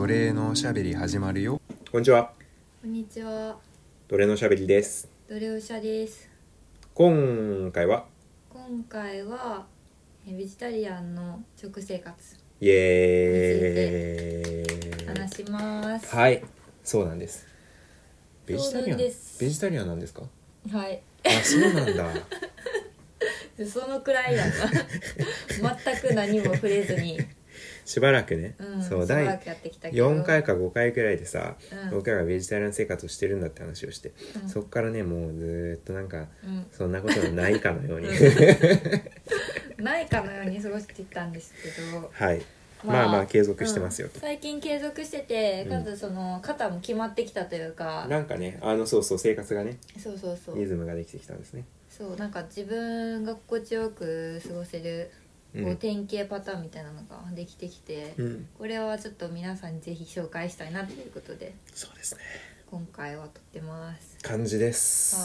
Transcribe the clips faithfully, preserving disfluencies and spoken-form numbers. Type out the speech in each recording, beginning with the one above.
奴隷のおしゃべり始まるよ。 こんにちは。 こんにちは。 奴隷のおしゃべりです。 ドレオシャです。 今回は今回はベジタリアンの食生活イエーイ話します。 はい、そうなんです。ベジタリアンです。 ベジタリアンなんですか？ はい。 あ、そうなんだ。 そのくらいやな。全く何も触れずにしばらくね、 うん、 そうしばらくやってきたけどよんかいかごかいくらいでさ、 うん、 僕らがベジタリアン生活をしてるんだって話をして、うん、そっからねもうずっとなんか、うん、そんなことがないかのようにないかのように過ごしていったんですけど、 はい、まあ、まあまあ継続してますよと、 うん、最近継続してて、かつその肩も決まってきたというか、 うん、なんかね、あのそうそう生活がね、 そうそうそうリズムができてきたんですね。 そうなんか自分が心地よく過ごせるこう典型パターンみたいなのができてきて、うん、これはちょっと皆さんにぜひ紹介したいなということで、 そうですね、 今回は撮ってます感じです。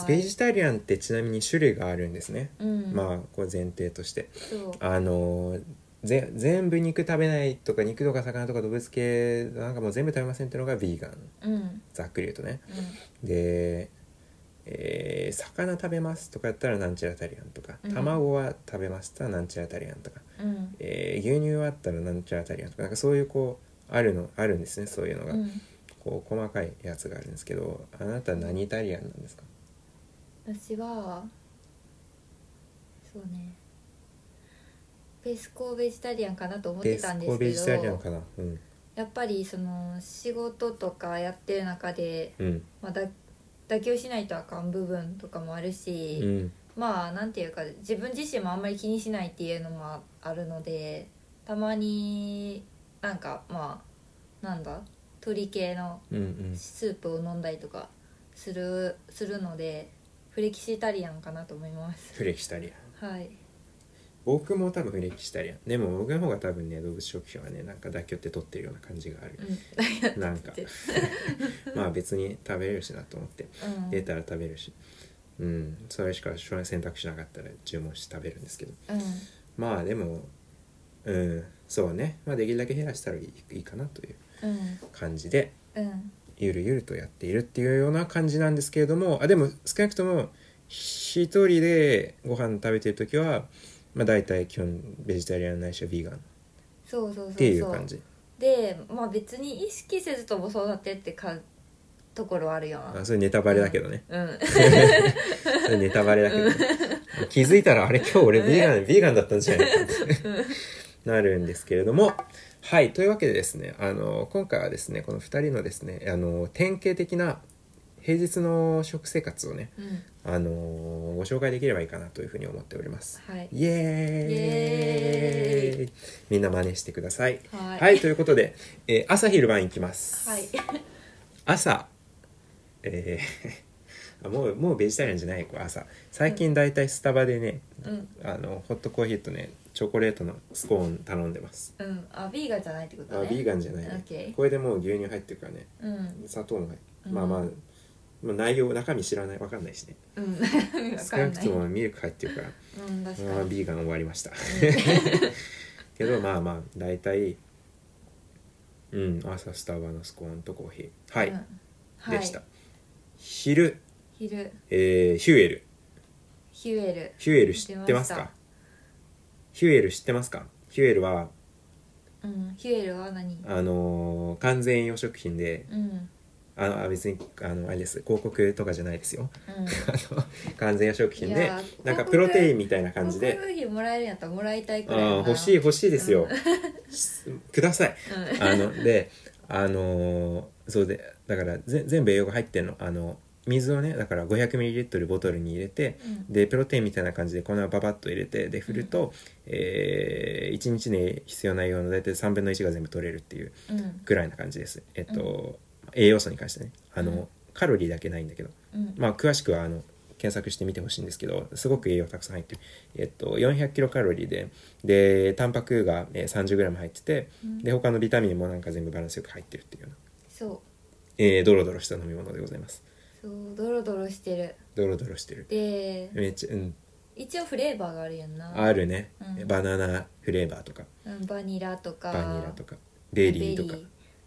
ベジタリアンってちなみに種類があるんですね、うん、まあこれ前提としてあのぜ全部肉食べないとか肉とか魚とか動物系なんかもう全部食べませんっていうのがビーガン、うん、ざっくり言うとね、うん、でえー、魚食べますとかやったらなんちゃらタリアンとか、うん、卵は食べますとなんちゃらタリアンとか、うんえー、牛乳はあったらなんちゃらタリアンとか、なんかそういうこうあるのあるんですね、そういうのが、うん、こう細かいやつがあるんですけど、あなた何タリアンなんですか？ 私はそうねペスコベジタリアンかなと思ってたんですけど、 ペスコベジタリアンかな、うん、 やっぱりその仕事とかやってる中で、 うんまあ、だ妥協しないとあかん部分とかもあるし、うん、まあなんていうか自分自身もあんまり気にしないっていうのもあるので、たまになんかまあなんだ鶏系のスープを飲んだりとかする、するのでフレキシタリアンかなと思います。 フレキシタリアン、 はい、 僕も多分フレキシタリアンでも僕の方が多分ね動物食品はねなんか妥協って取ってるような感じがある、うん、なんかまあ別に食べれるしなと思って、うん、出たら食べるし、うん、それしか選択しなかったら注文して食べるんですけど、うん、まあでもうんそうね、まあ、できるだけ減らしたらいい、いいかなという感じで、うん、ゆるゆるとやっているっていうような感じなんですけれども、あでも少なくとも一人でご飯食べてるときはまあ、大体基本ベジタリアンないしはビーガンっていう感じで、まあ、別に意識せずともそうなってってかところはあるよな。 あそれネタバレだけどね、 うん、うん、 それネタバレだけど、ね、うん、気づいたらあれ今日俺ビーガン、ビーガンだったんじゃないかってなるんですけれども、はいというわけでですね、あの今回はですねこのふたりのですねあの典型的な平日の食生活をね、うん、あのー、ご紹介できればいいかなというふうに思っております、 はい、 イエーイ、イエーイみんな真似してください。 はい、 はい、ということで、えー、朝昼晩いきます、 はい、 朝、えー、もう、もうベジタリアンじゃないこれ朝最近だいたいスタバでね、うん、あのホットコーヒーとねチョコレートのスコーン頼んでます、 うん、あビーガンじゃないってことね。 あビーガンじゃないね、 okay. これでもう牛乳入ってるからね、うん、砂糖も入って、うん、まあまあ内容中身知らない分かんないしね、うん、少なくともミルク入ってるから、うん、確かに、まあ、ビーガン終わりました、うん、けどまあまあ大体うん朝スタバのスコーンとコーヒーはい、うん、でした、はい、昼昼、 えー、ヒューエルヒューエルヒューエル知ってますか？ヒューエル知ってますか？ヒューエルは、 うん、ヒューエルは何？ あのー、完全栄養食品で、うんあの別にあのあれです広告とかじゃないですよ、うん、あの完全栄養食品でなんかプロテインみたいな感じで広告費もらえるんやったらもらいたいくらいな。 あ欲しい欲しいですよ、うん、ください、うん、あのであのそうでだからぜ全部栄養が入ってんの。あの水をねだから ごひゃくミリリットル ボトルに入れて、うん、でプロテインみたいな感じで粉をババッと入れてで振ると、うんえー、いちにちに必要な栄養の大体さんぶんのいちが全部取れるっていうぐらいな感じです。えっと、うん栄養素に関してねあの、うん、カロリーだけないんだけど、うん、まあ詳しくはあの検索してみてほしいんですけどすごく栄養たくさん入ってる、えっと、よんひゃくキロカロリーででタンパクが、えー、さんじゅうグラム入ってて、うん、で他のビタミンもなんか全部バランスよく入ってるっていうようなそう、 えー、ドロドロした飲み物でございます。 そうドロドロしてるドロドロしてるでめっちゃ、うん、 一応フレーバーがあるやんな。 あるね、 うん、 バナナフレーバーとか、 うん、バニラとかバニラとかベリーとか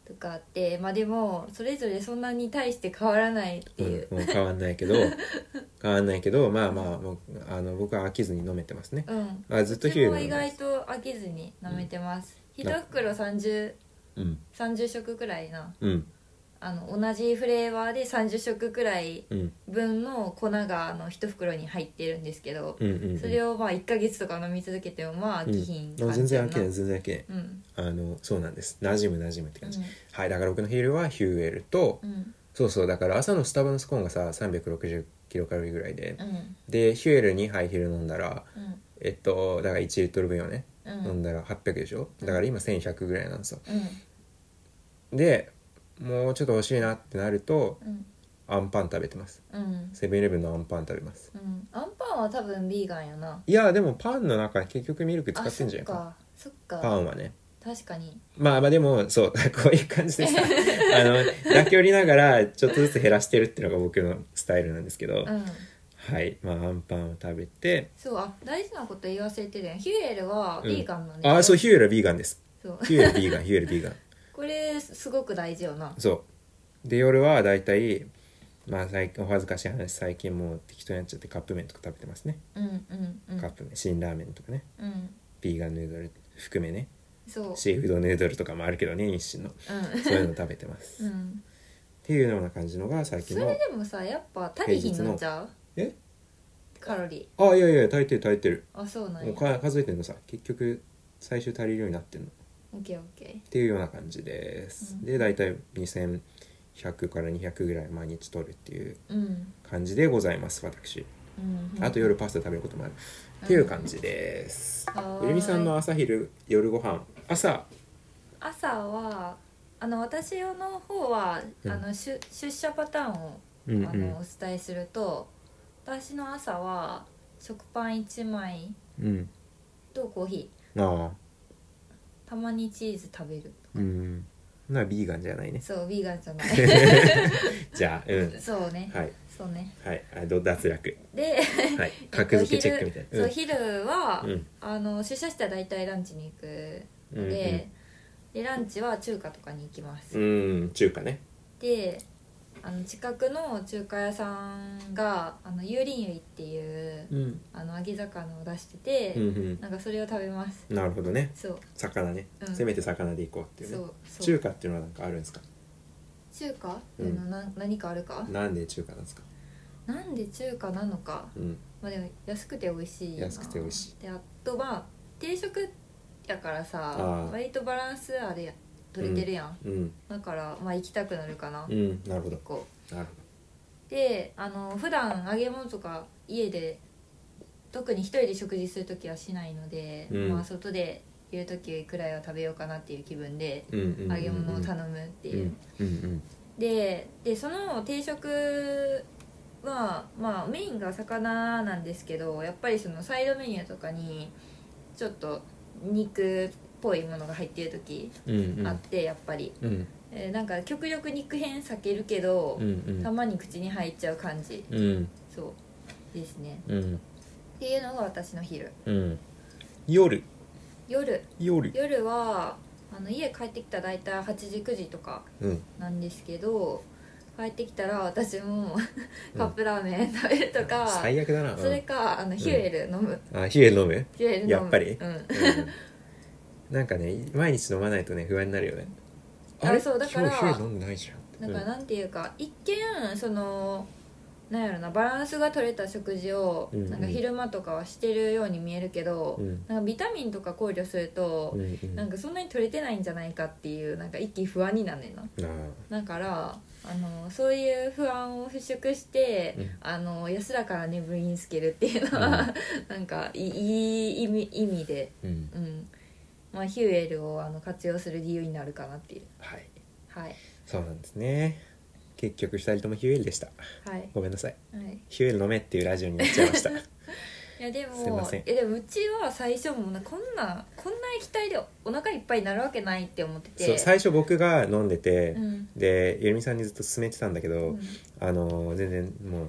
とかあって、まあでもそれぞれそんなに対して変わらないっていう、 うん、もう変わんないけど変わんないけどまあまあもうあの僕は飽きずに飲めてますね、 うん、 あずっとヒューエルも飲んでます。 意外と飽きずに飲めてます、うん、いち袋さんじゅう、 うん、 さんじゅう食くらいな、 うん、 あの同じフレーバーでさんじゅう食くらい分の粉があのいち袋に入ってるんですけど、 うんうんうん、 それをまあいっかげつとか飲み続けてもまあ飽きひん感じ、 うん、全然飽きない全然飽きない、 うん、 あのそうなんです、馴染む馴染むって感じ、 うん、 はい。だから僕の昼はヒューエルと、うん、そうそうだから朝のスタバのスコーンがささんびゃくろくじゅうキロカロリーぐらいで、うん、でヒューエルにはい昼飲んだら、うん、えっとだからいちリットル分をね、うん、飲んだらはっぴゃくでしょ、だから今せんひゃくぐらいなんですよ、うん、でもうちょっと欲しいなってなると、うん、アンパン食べてます、セブンイレブンのアンパン食べます、うん、 アンパンは多分ビーガンやな。 いやでもパンの中に結局ミルク使ってんじゃないか、 そっかそっか、 パンはね確かに、 まあまあでもそうこういう感じでさあの妥協りながらちょっとずつ減らしてるっていうのが僕のスタイルなんですけど、うん、はい、まあアンパンを食べて、 そうあ大事なこと言い忘れてるやん、ヒューエルはビーガンのね、 うん、あそうヒューエルはビーガンです、そうヒューエルビーガンヒューエルビーガンこれすごく大事よな。 そうで夜はだいたいまあ最近お恥ずかしい話、最近もう適当になっちゃってカップ麺とか食べてますね、うんうんうん、カップ麺辛ラーメンとかね、うん、ビーガンヌードル含めね、そうシーフードヌードルとかもあるけどね日清の、うん、そういうの食べてます、うん、っていうような感じのが最近の。 それでもさやっぱ足りひんのちゃう？ えカロリーあいやいや足りてる足りてる、 あそうなんや、 もうか数えてるのさ結局最終足りるようになってるの、 オッケーオッケーっていうような感じです、うん、でだいたいにせんひゃくからにひゃくぐらい毎日取るっていう感じでございます私、うん、あと夜パスタ食べることもある、うん、っていう感じです。ゆるみさんの朝昼夜ご飯、朝朝はあの私の方は、うん、あの出社パターンを、うんうん、あのお伝えすると、私の朝は食パンいちまいとコーヒー、うん、あたまにチーズ食べる、 うんなビーガンじゃないね。 そうビーガンじゃないじゃあうんそうね、 はいそうねはいあど脱落で、 はい、格付けチェックみたいな、 えっと、昼そう昼は、うん、あの出社しては大体ランチに行くので、うんうん、でランチは中華とかに行きます。 うん中華ね。 であの近くの中華屋さんがあの油淋油っていう、うん、あの揚げ魚を出してて、うんうん、なんかそれを食べます。 なるほどね。 そう魚ね、うん、せめて魚でいこうっていうね。そうそう中華っていうのは何かあるんですか？中華っていうのは何、うん、何かあるか？ なんで中華なんですか？ なんで中華なのか、うん、まあでも安くて美味しいな。 安くて美味しい。 であとまあ定食やからさ割とバランスあれや取れてるやん、うん、だからまあ行きたくなるかな、 うん、なるほど結構なるほど。であの普段揚げ物とか家で特に一人で食事するときはしないので、うん、まあ外でいるときくらいは食べようかなっていう気分で揚げ物を頼むっていう、うんうんうん、で, でその定食はまあメインが魚なんですけど、やっぱりそのサイドメニューとかにちょっと肉っぽいものが入ってる時あって、うんうん、やっぱり、うんえー、なんか極力肉片避けるけど、うんうん、たまに口に入っちゃう感じ、うん、そうですね、うん、っていうのが私の昼、 うん、夜夜夜, 夜はあの家帰ってきたら大体はちじくじとかなんですけど、うん、帰ってきたら私もカップラーメン食べるとか、うん、 最悪だな、 それかあのヒューエル飲む、 うん、あヒューエル飲むヒューエル飲むやっぱり、 うんうん、 なんかね毎日飲まないとね不安になるよね。 あれそうだからヒューエル飲んでないじゃん。だからなんていうか、うん、一見そのなんやろなバランスが取れた食事を、うんうん、なんか昼間とかはしてるように見えるけど、うん、なんかビタミンとか考慮すると、うんうん、なんかそんなに取れてないんじゃないかっていうなんか一気不安になんねんな。だからあのそういう不安を払拭して、うん、あの安らかな眠りにつけるっていうのは、うん、なんかいい意味、意味で、うんうんまあ、ヒューエルをあの活用する理由になるかなっていう。 はい、はい、 そうなんですね。結局ふたりともヒューエルでした、 はい、 ごめんなさい、 はい、 ヒューエル飲めっていうラジオになっちゃいましたいやでもすいません。 えでもうちは最初もなこんなこんな液体でお腹いっぱいになるわけないって思ってて、 そう最初僕が飲んでて、うん、でゆるみさんにずっと勧めてたんだけど、うん、あの全然もう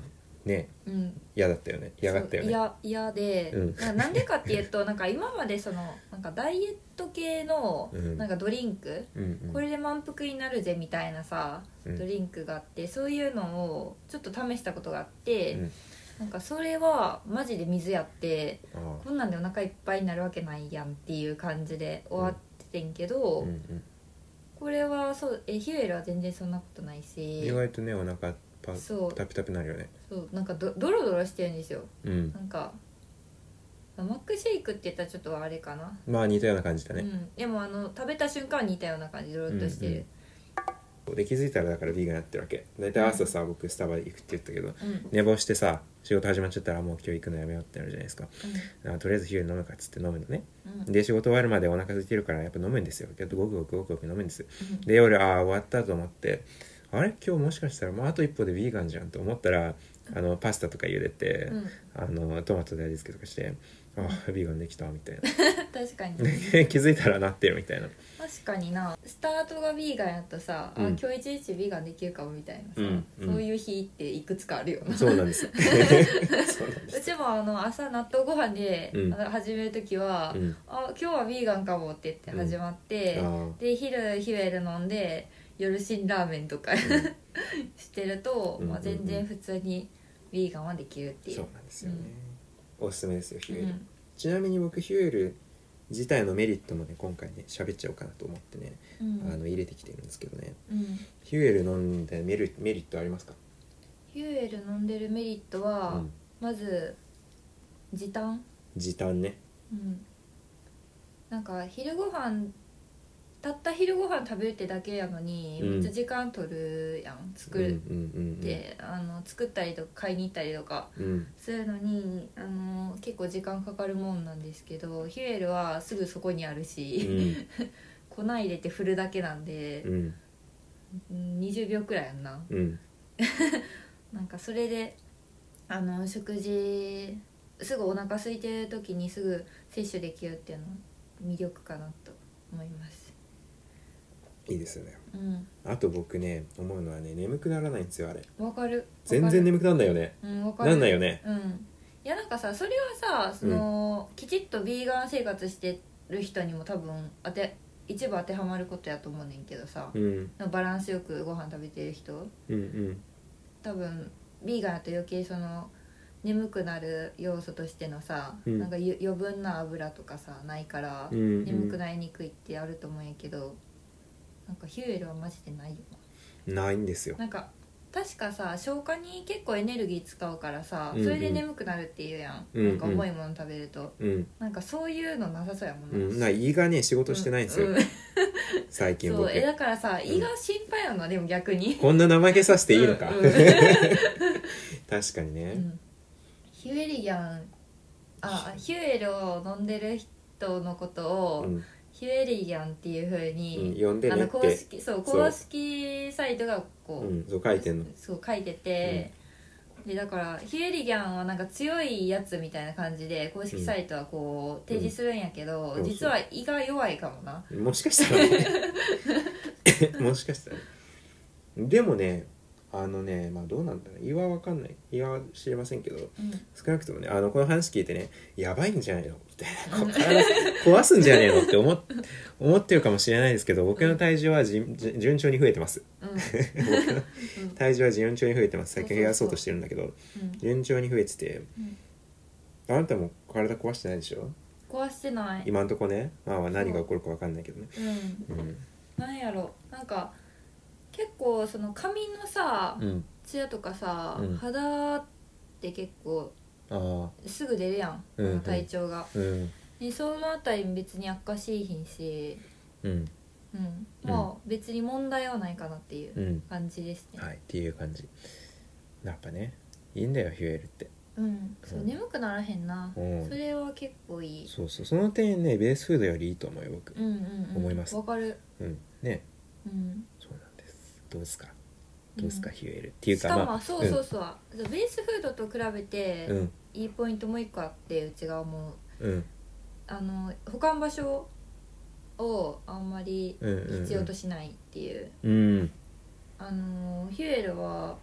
ねうん嫌だったよね嫌がったよね。 嫌嫌で、 うんななんでかっていうとなんか今までそのなんかダイエット系のうんなんかドリンク、 うんうん、 これで満腹になるぜみたいなさ、 うんドリンクがあってそういうのをちょっと試したことがあって、 うん、 なんかそれはマジで水やってあこんなんでお腹いっぱいになるわけないやんっていう感じで終わっててんけど、 ーうんうん、 これはそうえヒューエルは全然そんなことないし、 意外とねお腹パそうタピタピなるよね。 そうなんかドドロドロしてるんですよ。 うんなんかマックシェイクって言ったらちょっとあれかな、 まあ似たような感じだね、 うん、でもあの食べた瞬間は似たような感じでドロッとしてる、 で気づいたらだからビーガンやってるわけ。大体朝さ、僕スタバ行くって言ったけど、 うん寝坊してさ仕事始まっちゃったらもう今日行くのやめようってなるじゃないですか。 うんあとりあえずヒューエル飲むかっつって飲むのね。 うんで仕事終わるまでお腹空いてるからやっぱ飲むんですよ。けどごくごくごくごく飲むんです。 うんで夜ああ終わったと思ってあれ今日もしかしたらもうあと一歩でビーガンじゃんと思ったらあのパスタとか茹でて、 うんあのトマトで味付けとかしてああビーガンできたみたいな確かに気づいたらなってるみたいな。 確かになスタートがビーガンやとさ、 うんあ今日一日ビーガンできるかもみたいなさ、 うんうんそういう日っていくつかあるよな。 そうなんですそうなんですうちもあの朝納豆ご飯で、 うんあの始める時は、 うんあ今日はビーガンかもって言って始まって、 うんあーで昼ヒューエル飲んで夜辛ラーメンとか、してると、まあ、 うんうんうん全然普通にビーガンはできるっていう。 そうなんですよね、おすすめですよヒューエル、 うんちなみに僕ヒューエル自体のメリットもね今回ね喋っちゃおうかなと思ってね、 うんあの入れてきてるんですけどね。 うんヒューエル飲んでメリメリットありますか？ ヒューエル飲んでるメリットは、 うんまず時短、 時短ね。 うん、なんか昼ご飯たった昼ご飯食べるってだけやのに、 うんめっちゃ時間取るやん作るうんうんうんうんって、あの作ったりとか買いに行ったりとかうんするのにあの結構時間かかるもんなんですけど、ヒューエルはすぐそこにあるうし、 ん粉入れて振るだけなんでう、んうんにじゅうびょうくらいやんな。 うんなんかそれであの食事すぐお腹空いてる時にすぐ摂取できるっていうのは魅力かなと思います。 いいですよね。 うんあと僕ね思うのはね眠くならないんですよあれ。 わかる。 全然眠くなんないよね。 うんわかる。 なんないよね。 うんいやなんかさそれはさその、きちっとビーガン生活してる人にも多分当て一部当てはまることやと思うねんけどさ、 うんバランスよくご飯食べてる人うんうん多分ビーガンだと余計その眠くなる要素としてのさ、 うんなんかゆ余分な油とかさないから、 うんうん眠くなりにくいってあると思うんやけど、なんかヒューエルはマジでないよないんですよ。 な。なんか確かさ消化に結構エネルギー使うからさ、 うんうんそれで眠くなるっていうやん、 うんうんなんか重いもの食べると、 うんなんかそういうのなさそうやもんな、 うん、な胃がね仕事してないんですよ、 うんうん最近僕そうえだからさ胃が心配やな、でも逆にこんな怠けさせていいのか、 うんうん確かにね、 うんヒューエリギャンあヒューエルを飲んでる人のことを、 うんヒューエリギャンっていう風に、 うん呼んでねってあの公式そうそう公式サイトがこう、 うん、そう書いてんの。 そう書いてて、でだからヒューエリギャンはなんか強いやつみたいな感じで公式サイトはこう提示するんやけど、 うん実は胃が弱いかもな。 もしかしたらねもしかしたらねでもねあのねまあどうなんだろう胃は分かんない胃は知りませんけど、 うん少なくともねあのこの話聞いてねやばいんじゃないのみたいなこ体壊すんじゃねえのって思っ思ってるかもしれないですけど僕の体重はじじ順調に増えてますうん僕の体重は順調に増えてます。最近増やそうとしてるんだけどうん順調に増えてて、 うんあなたも体壊してないでしょ壊してない。 今んとこね。まあ何が起こるか分かんないけどね。 うんうんなんやろなんか結構その髪のさうんツヤとかさ、 うん肌って結構あすぐ出るやん、 うんうん体調が、 あうんでそのあたり別に悪化しいひんし、 うんうん、まあ別に問題はないかなっていううん感じですね。 はいっていう感じ。やっぱねいいんだよヒューエルって。 うん、そううん眠くならへんな、 うんそれは結構いい。 そうそうその点ねベースフードよりいいと思うよ僕。 うんうんうん思いますわかる。 うんねうんそうなんです。どうですかどうですか、 うんヒューエルっていうかしかも、 まあそうそうそう、ベースフードと比べて、 うんいいポイントもう一個あってうちが思ううんあの保管場所をあんまりうんうんうん必要としないっていう、 うんあのヒューエルは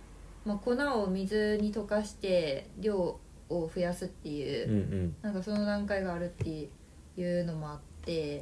まあ、粉を水に溶かして量を増やすっていう、 うんうん、 なんかその段階があるっていうのもあって、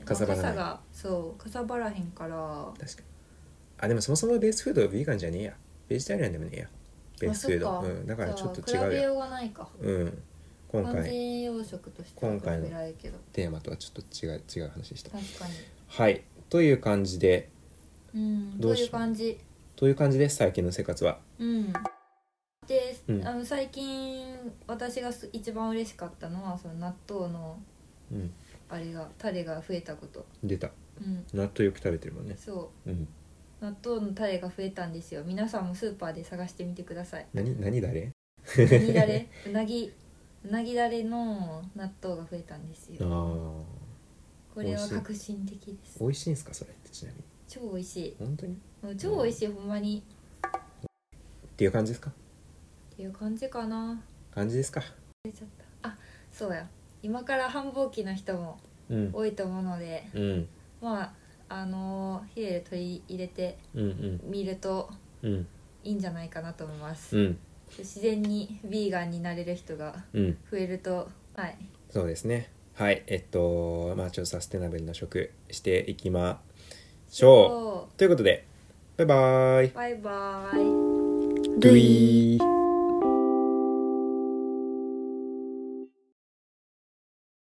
かさばらない、 まあ、がそうかさばらへんから。 確かに。あでもそもそもベースフードはヴィーガンじゃねえや、ベジタリアンでもねえやベースフード、うん、だからちょっと違うやん。 比べようがないか。 うん今回完全栄養食としては今回のられるけどテーマとはちょっと違う違う話でした。 確かに。 はいという感じで、 うん、 どうしという感じという感じです最近の生活は。 うんで、 うん、 あの最近私が一番嬉しかったのはその納豆の、 うん、 あれがタレが増えたこと。 出た、 うん、 納豆よく食べてるもんね。 そう、 うん、 納豆のタレが増えたんですよ。皆さんもスーパーで探してみてください。 何何だれ何だれうなぎうなぎだれの納豆が増えたんですよ。 あこれは革新的です。 美味しいんすかそれって。ちなみに超美味しい。 本当にもう超美味しい、ほんまにっていう感じですか。 っていう感じかな。 感じですか。 出ちゃった。あ、そうや、今から繁忙期の人も多いと思うので、 うん、 まああのヒレル取り入れてみるといいんじゃないかなと思います、 うん、 自然にヴィーガンになれる人が増えると、うん、はい、 そうですね。はいえっとまあちょっとサステナブルな食していきましょうということで、バイバーイバイバイ。 ドゥイー